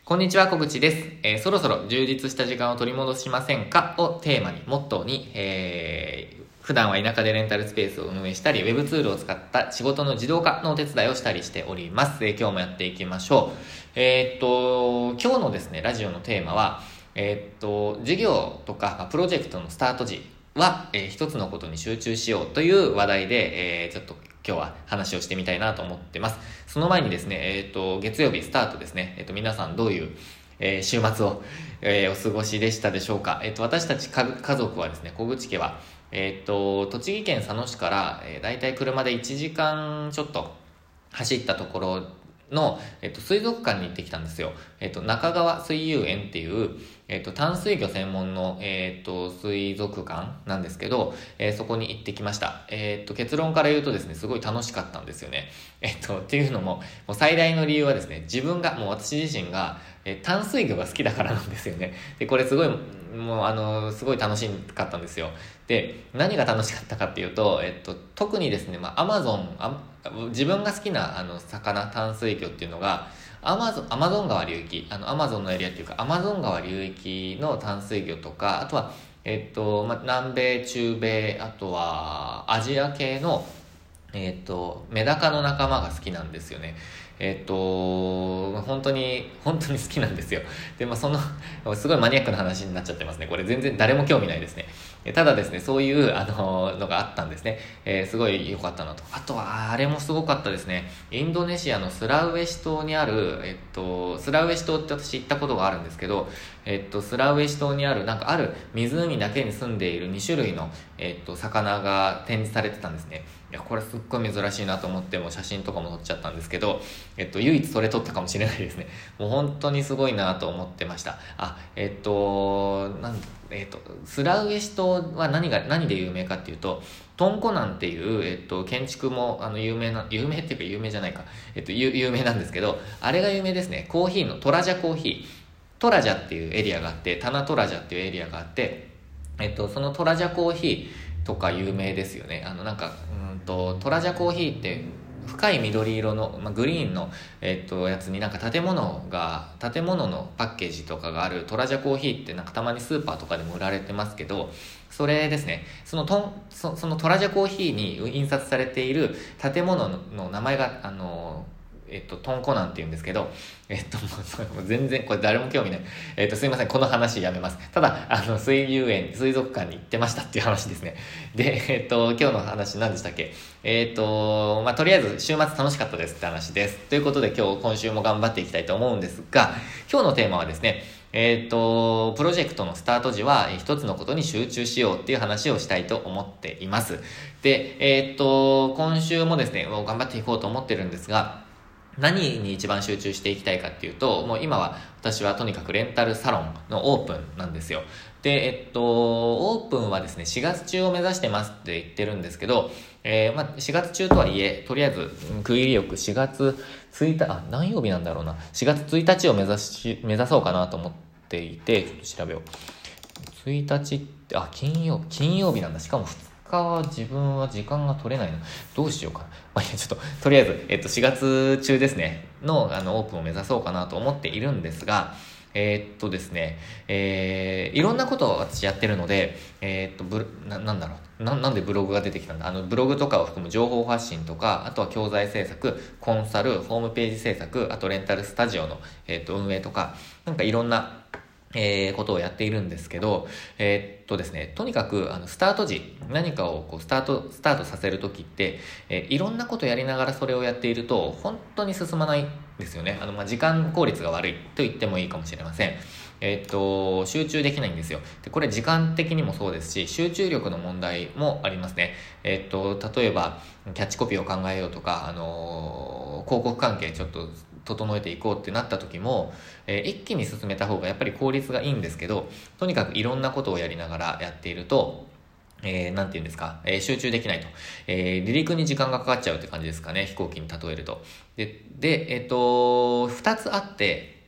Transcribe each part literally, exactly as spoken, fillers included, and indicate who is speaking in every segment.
Speaker 1: こんにちは、小口です。えー、そろそろ充実した時間を取り戻しませんかをテーマに、モットーに、えー、普段は田舎でレンタルスペースを運営したり、ウェブツールを使った仕事の自動化のお手伝いをしたりしております。えー、今日もやっていきましょう。えー、っと、今日のですね、ラジオのテーマは、えー、っと、事業とかプロジェクトのスタート時は、えー、一つのことに集中しようという話題で、えー、ちょっと今日は話をしてみたいなと思ってます。その前にですね、えっと、月曜日スタートですね。えっと、皆さんどういう、えー、週末を、えー、お過ごしでしたでしょうか。えっと、私たちか家族はですね、小口家は、えっと、栃木県佐野市から、えー、だいたい車でいちじかんちょっと走ったところの、えっと、水族館に行ってきたんですよ。えっと、中川水遊園っていう、えっと、淡水魚専門の、えっと、水族館なんですけど、えー、そこに行ってきました。えっと、結論から言うとですね、すごい楽しかったんですよね。えっと、っていうのも、もう最大の理由はですね、自分が、もう私自身が、えー、淡水魚が好きだからなんですよね。で、これすごい、もうあの、すごい楽しかったんですよ。で、何が楽しかったかっていうと、えっと、特にですね、まあ、アマゾン、あ自分が好きな、あの、魚、淡水魚っていうのが、アマゾン、アマゾン川流域、あの、アマゾンのエリアっていうか、アマゾン川流域の淡水魚とか、あとは、えっと、まあ、南米、中米、あとは、アジア系の、えっと、メダカの仲間が好きなんですよね。えっと、本当に、本当に好きなんですよ。で、まあ、その、すごいマニアックな話になっちゃってますね。これ全然誰も興味ないですね。ただですね、そういう、あの、のがあったんですね。えー、すごい良かったなと。あとは、あれもすごかったですね。インドネシアのスラウェシ島にある、えっと、スラウェシ島って私行ったことがあるんですけど、えっと、スラウェシ島にある、なんかある湖だけに住んでいるに種類の、えっと、魚が展示されてたんですね。いや、これすっごい珍しいなと思って、もう写真とかも撮っちゃったんですけど、えっと、唯一それ撮ったかもしれないですね。もう本当にすごいなと思ってました。あ、えっと、なんえっと、スラウェシ島は何が、何で有名かっていうと、トンコナンっていう、えっと、建築も、あの、有名な、有名っていうか有名じゃないか、えっと、有、有名なんですけど、あれが有名ですね。コーヒーのトラジャコーヒー。トラジャっていうエリアがあって、タナトラジャっていうエリアがあって、えっと、そのトラジャコーヒーとか有名ですよね。あの、なんか、うんと、トラジャコーヒーって、深い緑色の、まあ、グリーンの、えっと、やつになんか建物が、建物のパッケージとかがあるトラジャコーヒーってなんかたまにスーパーとかでも売られてますけど、それですね、そのトン、そそのトラジャコーヒーに印刷されている建物の名前が、あの、えっと、トンコナンって言うんですけど、えっと、もう全然、これ誰も興味ない。えっと、すいません、この話やめます。ただ、あの、水遊園、水族館に行ってましたっていう話ですね。で、えっと、今日の話何でしたっけ？えっと、まあ、とりあえず、週末楽しかったですって話です。ということで、今日、今週も頑張っていきたいと思うんですが、今日のテーマはですね、えっと、プロジェクトのスタート時は一つのことに集中しようっていう話をしたいと思っています。で、えっと、今週もですね、頑張っていこうと思ってるんですが、何に一番集中していきたいかっていうと、もう今は私はとにかくレンタルサロンのオープンなんですよ。で、えっと、オープンはですね、しがつ中を目指してますって言ってるんですけど、えー、まあ、しがつ中とはいえ、とりあえず、区切りよくしがつついたち、あ、何曜日なんだろうな。しがつついたちを目指し、目指そうかなと思っていて、ちょっと調べよう。ついたちって、あ、金曜、金曜日なんだ。しかもふつかは自分は時間が取れないの。どうしようかな。まあ、いや、ちょっと、とりあえず、えっと、しがつ中ですね、の、あの、オープンを目指そうかなと思っているんですが、えー、っとですね、えー、いろんなことを私やってるので、えー、っと、ブな、なんだろうな、なんでブログが出てきたんだあの、ブログとかを含む情報発信とか、あとは教材制作、コンサル、ホームページ制作、あとレンタルスタジオの、えー、っと、運営とか、なんかいろんな、えー、ことをやっているんですけど、えー、っとですね、とにかく、あの、スタート時、何かをこう、スタート、スタートさせるときって、えー、いろんなことやりながらそれをやっていると、本当に進まないんですよね。あの、まあ、時間効率が悪いと言ってもいいかもしれません。えー、っと、集中できないんですよ。で、これ時間的にもそうですし、集中力の問題もありますね。えー、っと、例えば、キャッチコピーを考えようとか、あのー、広告関係ちょっと整えていこうってなった時も、えー、一気に進めた方がやっぱり効率がいいんですけど、とにかくいろんなことをやりながらやっていると、えー、なんて言うんですか、えー、集中できないと。えー、離陸に時間がかかっちゃうって感じですかね、飛行機に例えると。で、で、えっと、二つあって、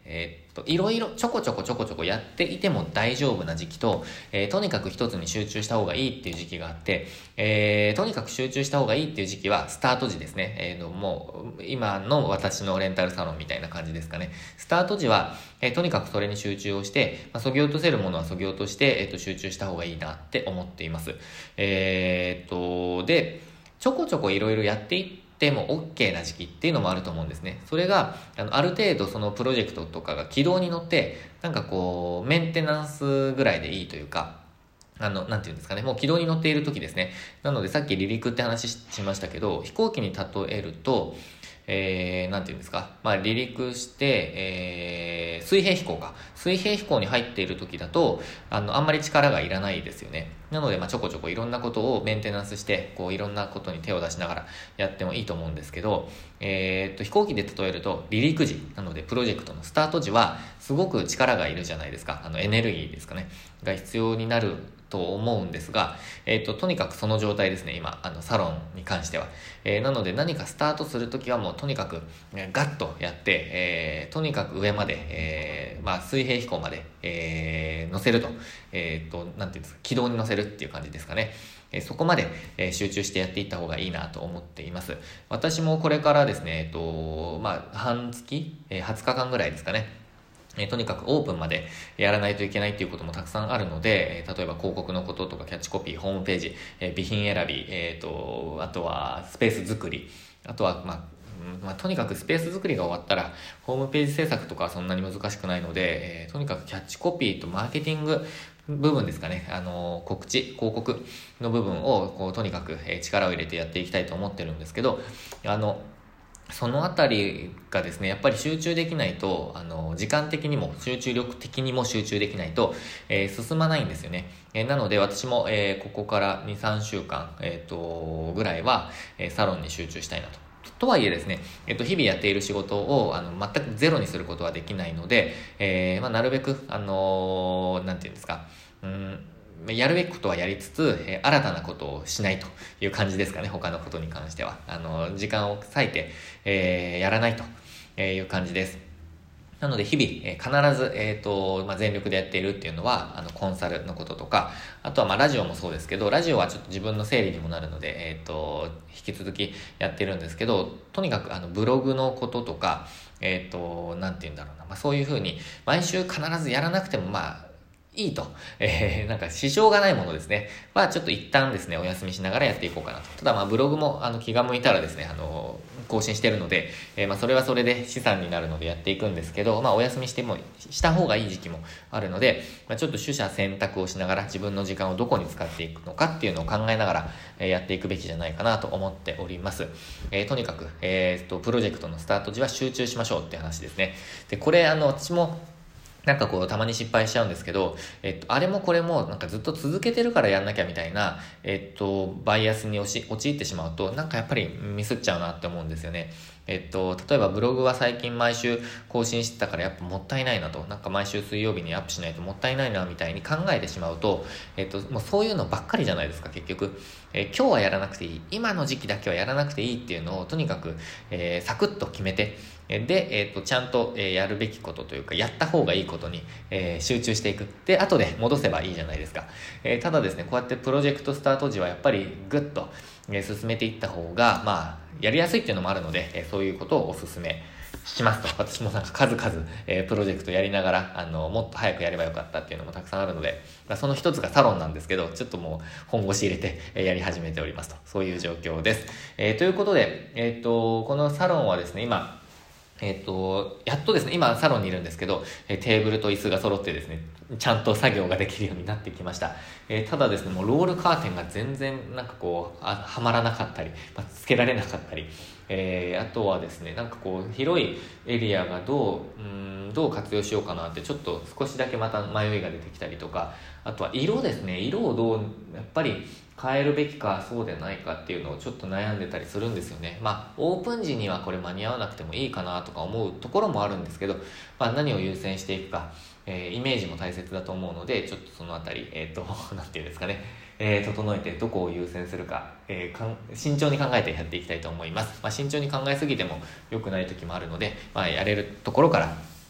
Speaker 1: えーっと、いろいろちょこちょこちょこちょこやっていても大丈夫な時期と、えー、とにかく一つに集中した方がいいっていう時期があって、えー、とにかく集中した方がいいっていう時期はスタート時ですね。えー、もう、今の私のレンタルサロンみたいな感じですかね。スタート時は、えー、とにかくそれに集中をして、まあ、削ぎ落とせるものは削ぎ落として、えー、と集中した方がいいなって思っています。えー、っと、で、ちょこちょこいろいろやっていって、でも OK な時期っていうのもあると思うんですね。それがあのある程度そのプロジェクトとかが軌道に乗ってなんかこうメンテナンスぐらいでいいというか、あのなんていうんですかね、もう軌道に乗っている時ですね。なのでさっき離陸って話 し, しましたけど、飛行機に例えるとえー、なんていうんですか、まあ、離陸して、えー、水平飛行か。水平飛行に入っている時だと、あの、あんまり力がいらないですよね。なので、まあ、ちょこちょこいろんなことをメンテナンスして、こう、いろんなことに手を出しながらやってもいいと思うんですけど、えー、っと、飛行機で例えると、離陸時、なので、プロジェクトのスタート時は、すごく力がいるじゃないですか。あの、エネルギーですかね。が必要になると思うんですが、えっと、とにかくその状態ですね、今、あの、サロンに関しては。えー、なので、何かスタートするときはもう、とにかく、えー、ガッとやって、えー、とにかく上まで、えー、まあ、水平飛行まで、えー、乗せると、えっと、なんていうんですか、軌道に乗せるっていう感じですかね。えー、そこまで、えー、集中してやっていった方がいいなと思っています。私もこれからですね、えっと、まあ、半月、えー、はつかかんぐらいですかね。えー、とにかくオープンまでやらないといけないっていうこともたくさんあるので、えー、例えば広告のこととかキャッチコピー、ホームページ、えー、備品選び、えーと、あとはスペース作り、あとは、まあ、まあ、とにかくスペース作りが終わったらホームページ制作とかはそんなに難しくないので、えー、とにかくキャッチコピーとマーケティング部分ですかね、あのー、告知、広告の部分をこうとにかく力を入れてやっていきたいと思ってるんですけど、あのそのあたりがですね、やっぱり集中できないと、あの、時間的にも集中力的にも集中できないと、えー、進まないんですよね。えー、なので私も、えー、ここからに、さんしゅうかん、えっと、ぐらいは、えー、サロンに集中したいなと。とはいえですね、えっと、日々やっている仕事を、あの、全くゼロにすることはできないので、えー、まあ、なるべく、あのー、なんていうんですか、うんやるべきことはやりつつ、えー、新たなことをしないという感じですかね。他のことに関しては。あの、時間を割いて、えー、やらないという感じです。なので日々、えー、必ず、えっと、まあ、全力でやっているっていうのは、あの、コンサルのこととか、あとはまあ、ラジオもそうですけど、ラジオはちょっと自分の整理にもなるので、えっと、引き続きやってるんですけど、とにかくあの、ブログのこととか、えっと、なんて言うんだろうな、まあ、そういうふうに、毎週必ずやらなくても、まあ、いいと。えー、なんか支障がないものですね。は、ちょっと一旦ですね、お休みしながらやっていこうかなと。ただまあ、ブログも、あの、気が向いたらですね、あの、更新してるので、えー、まあ、それはそれで資産になるのでやっていくんですけど、まあ、お休みしても、した方がいい時期もあるので、まあ、ちょっと取捨選択をしながら、自分の時間をどこに使っていくのかっていうのを考えながら、えー、やっていくべきじゃないかなと思っております。えー、とにかく、えー、っと、プロジェクトのスタート時は集中しましょうって話ですね。で、これ、あの、私も、なんかこうたまに失敗しちゃうんですけど、えっと、あれもこれもなんかずっと続けてるからやんなきゃみたいな、えっと、バイアスに陥ってしまうと、なんかやっぱりミスっちゃうなって思うんですよね。えっと、例えばブログは最近毎週更新してたからやっぱもったいないなと、なんか毎週水曜日にアップしないともったいないなみたいに考えてしまうと、えっと、もうそういうのばっかりじゃないですか、結局。えー、今日はやらなくていい、今の時期だけはやらなくていいっていうのをとにかく、えー、サクッと決めて、で、えっと、ちゃんと、えー、やるべきことというか、やった方がいいことに、えー、集中していく。で、後で戻せばいいじゃないですか。えー、ただですね、こうやってプロジェクトスタート時はやっぱりグッと、えー、進めていった方が、まあ、やりやすいっていうのもあるので、えー、そういうことをお勧めしますと。私もなんか数々、えー、プロジェクトやりながら、あの、もっと早くやればよかったっていうのもたくさんあるので、まあ、その一つがサロンなんですけど、ちょっともう本腰入れて、えー、やり始めておりますと。そういう状況です。えー、ということで、えっと、このサロンはですね、今、えっと、やっとですね、今サロンにいるんですけど、えテーブルと椅子が揃ってですね、ちゃんと作業ができるようになってきました。えー、ただですね、もうロールカーテンが全然なんかこう、あはまらなかったり、まあ、つけられなかったり、えー、あとはですね、なんかこう、広いエリアがどう、うーん、どう活用しようかなって、ちょっと少しだけまた迷いが出てきたりとか、あとは色ですね、色をどう、やっぱり、変えるべきかそうでないかっていうのをちょっと悩んでたりするんですよね。まあオープン時にはこれ間に合わなくてもいいかなとか思うところもあるんですけど、まあ、何を優先していくか、えー、イメージも大切だと思うので、ちょっとそのあたり、えっと、なんていうんですかね、えー、整えてどこを優先するか、えー、かん慎重に考えてやっていきたいと思います。まあ、慎重に考えすぎても良くない時もあるので、まあ、やれるところから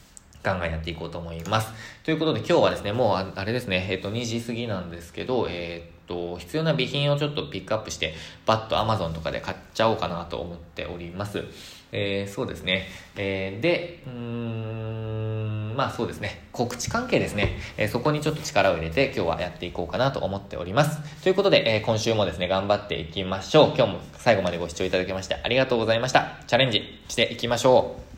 Speaker 1: ガンガンやっていこうと思います。ということで今日はですね、もうああれですね、えっとにじ過ぎなんですけど、えー、っと必要な備品をちょっとピックアップしてバッと Amazon とかで買っちゃおうかなと思っております。えー、そうですね、えー、でうーんまあそうですね、告知関係ですね、えー、そこにちょっと力を入れて今日はやっていこうかなと思っております。ということで、えー、今週もですね頑張っていきましょう。今日も最後までご視聴いただきましてありがとうございました。チャレンジしていきましょう。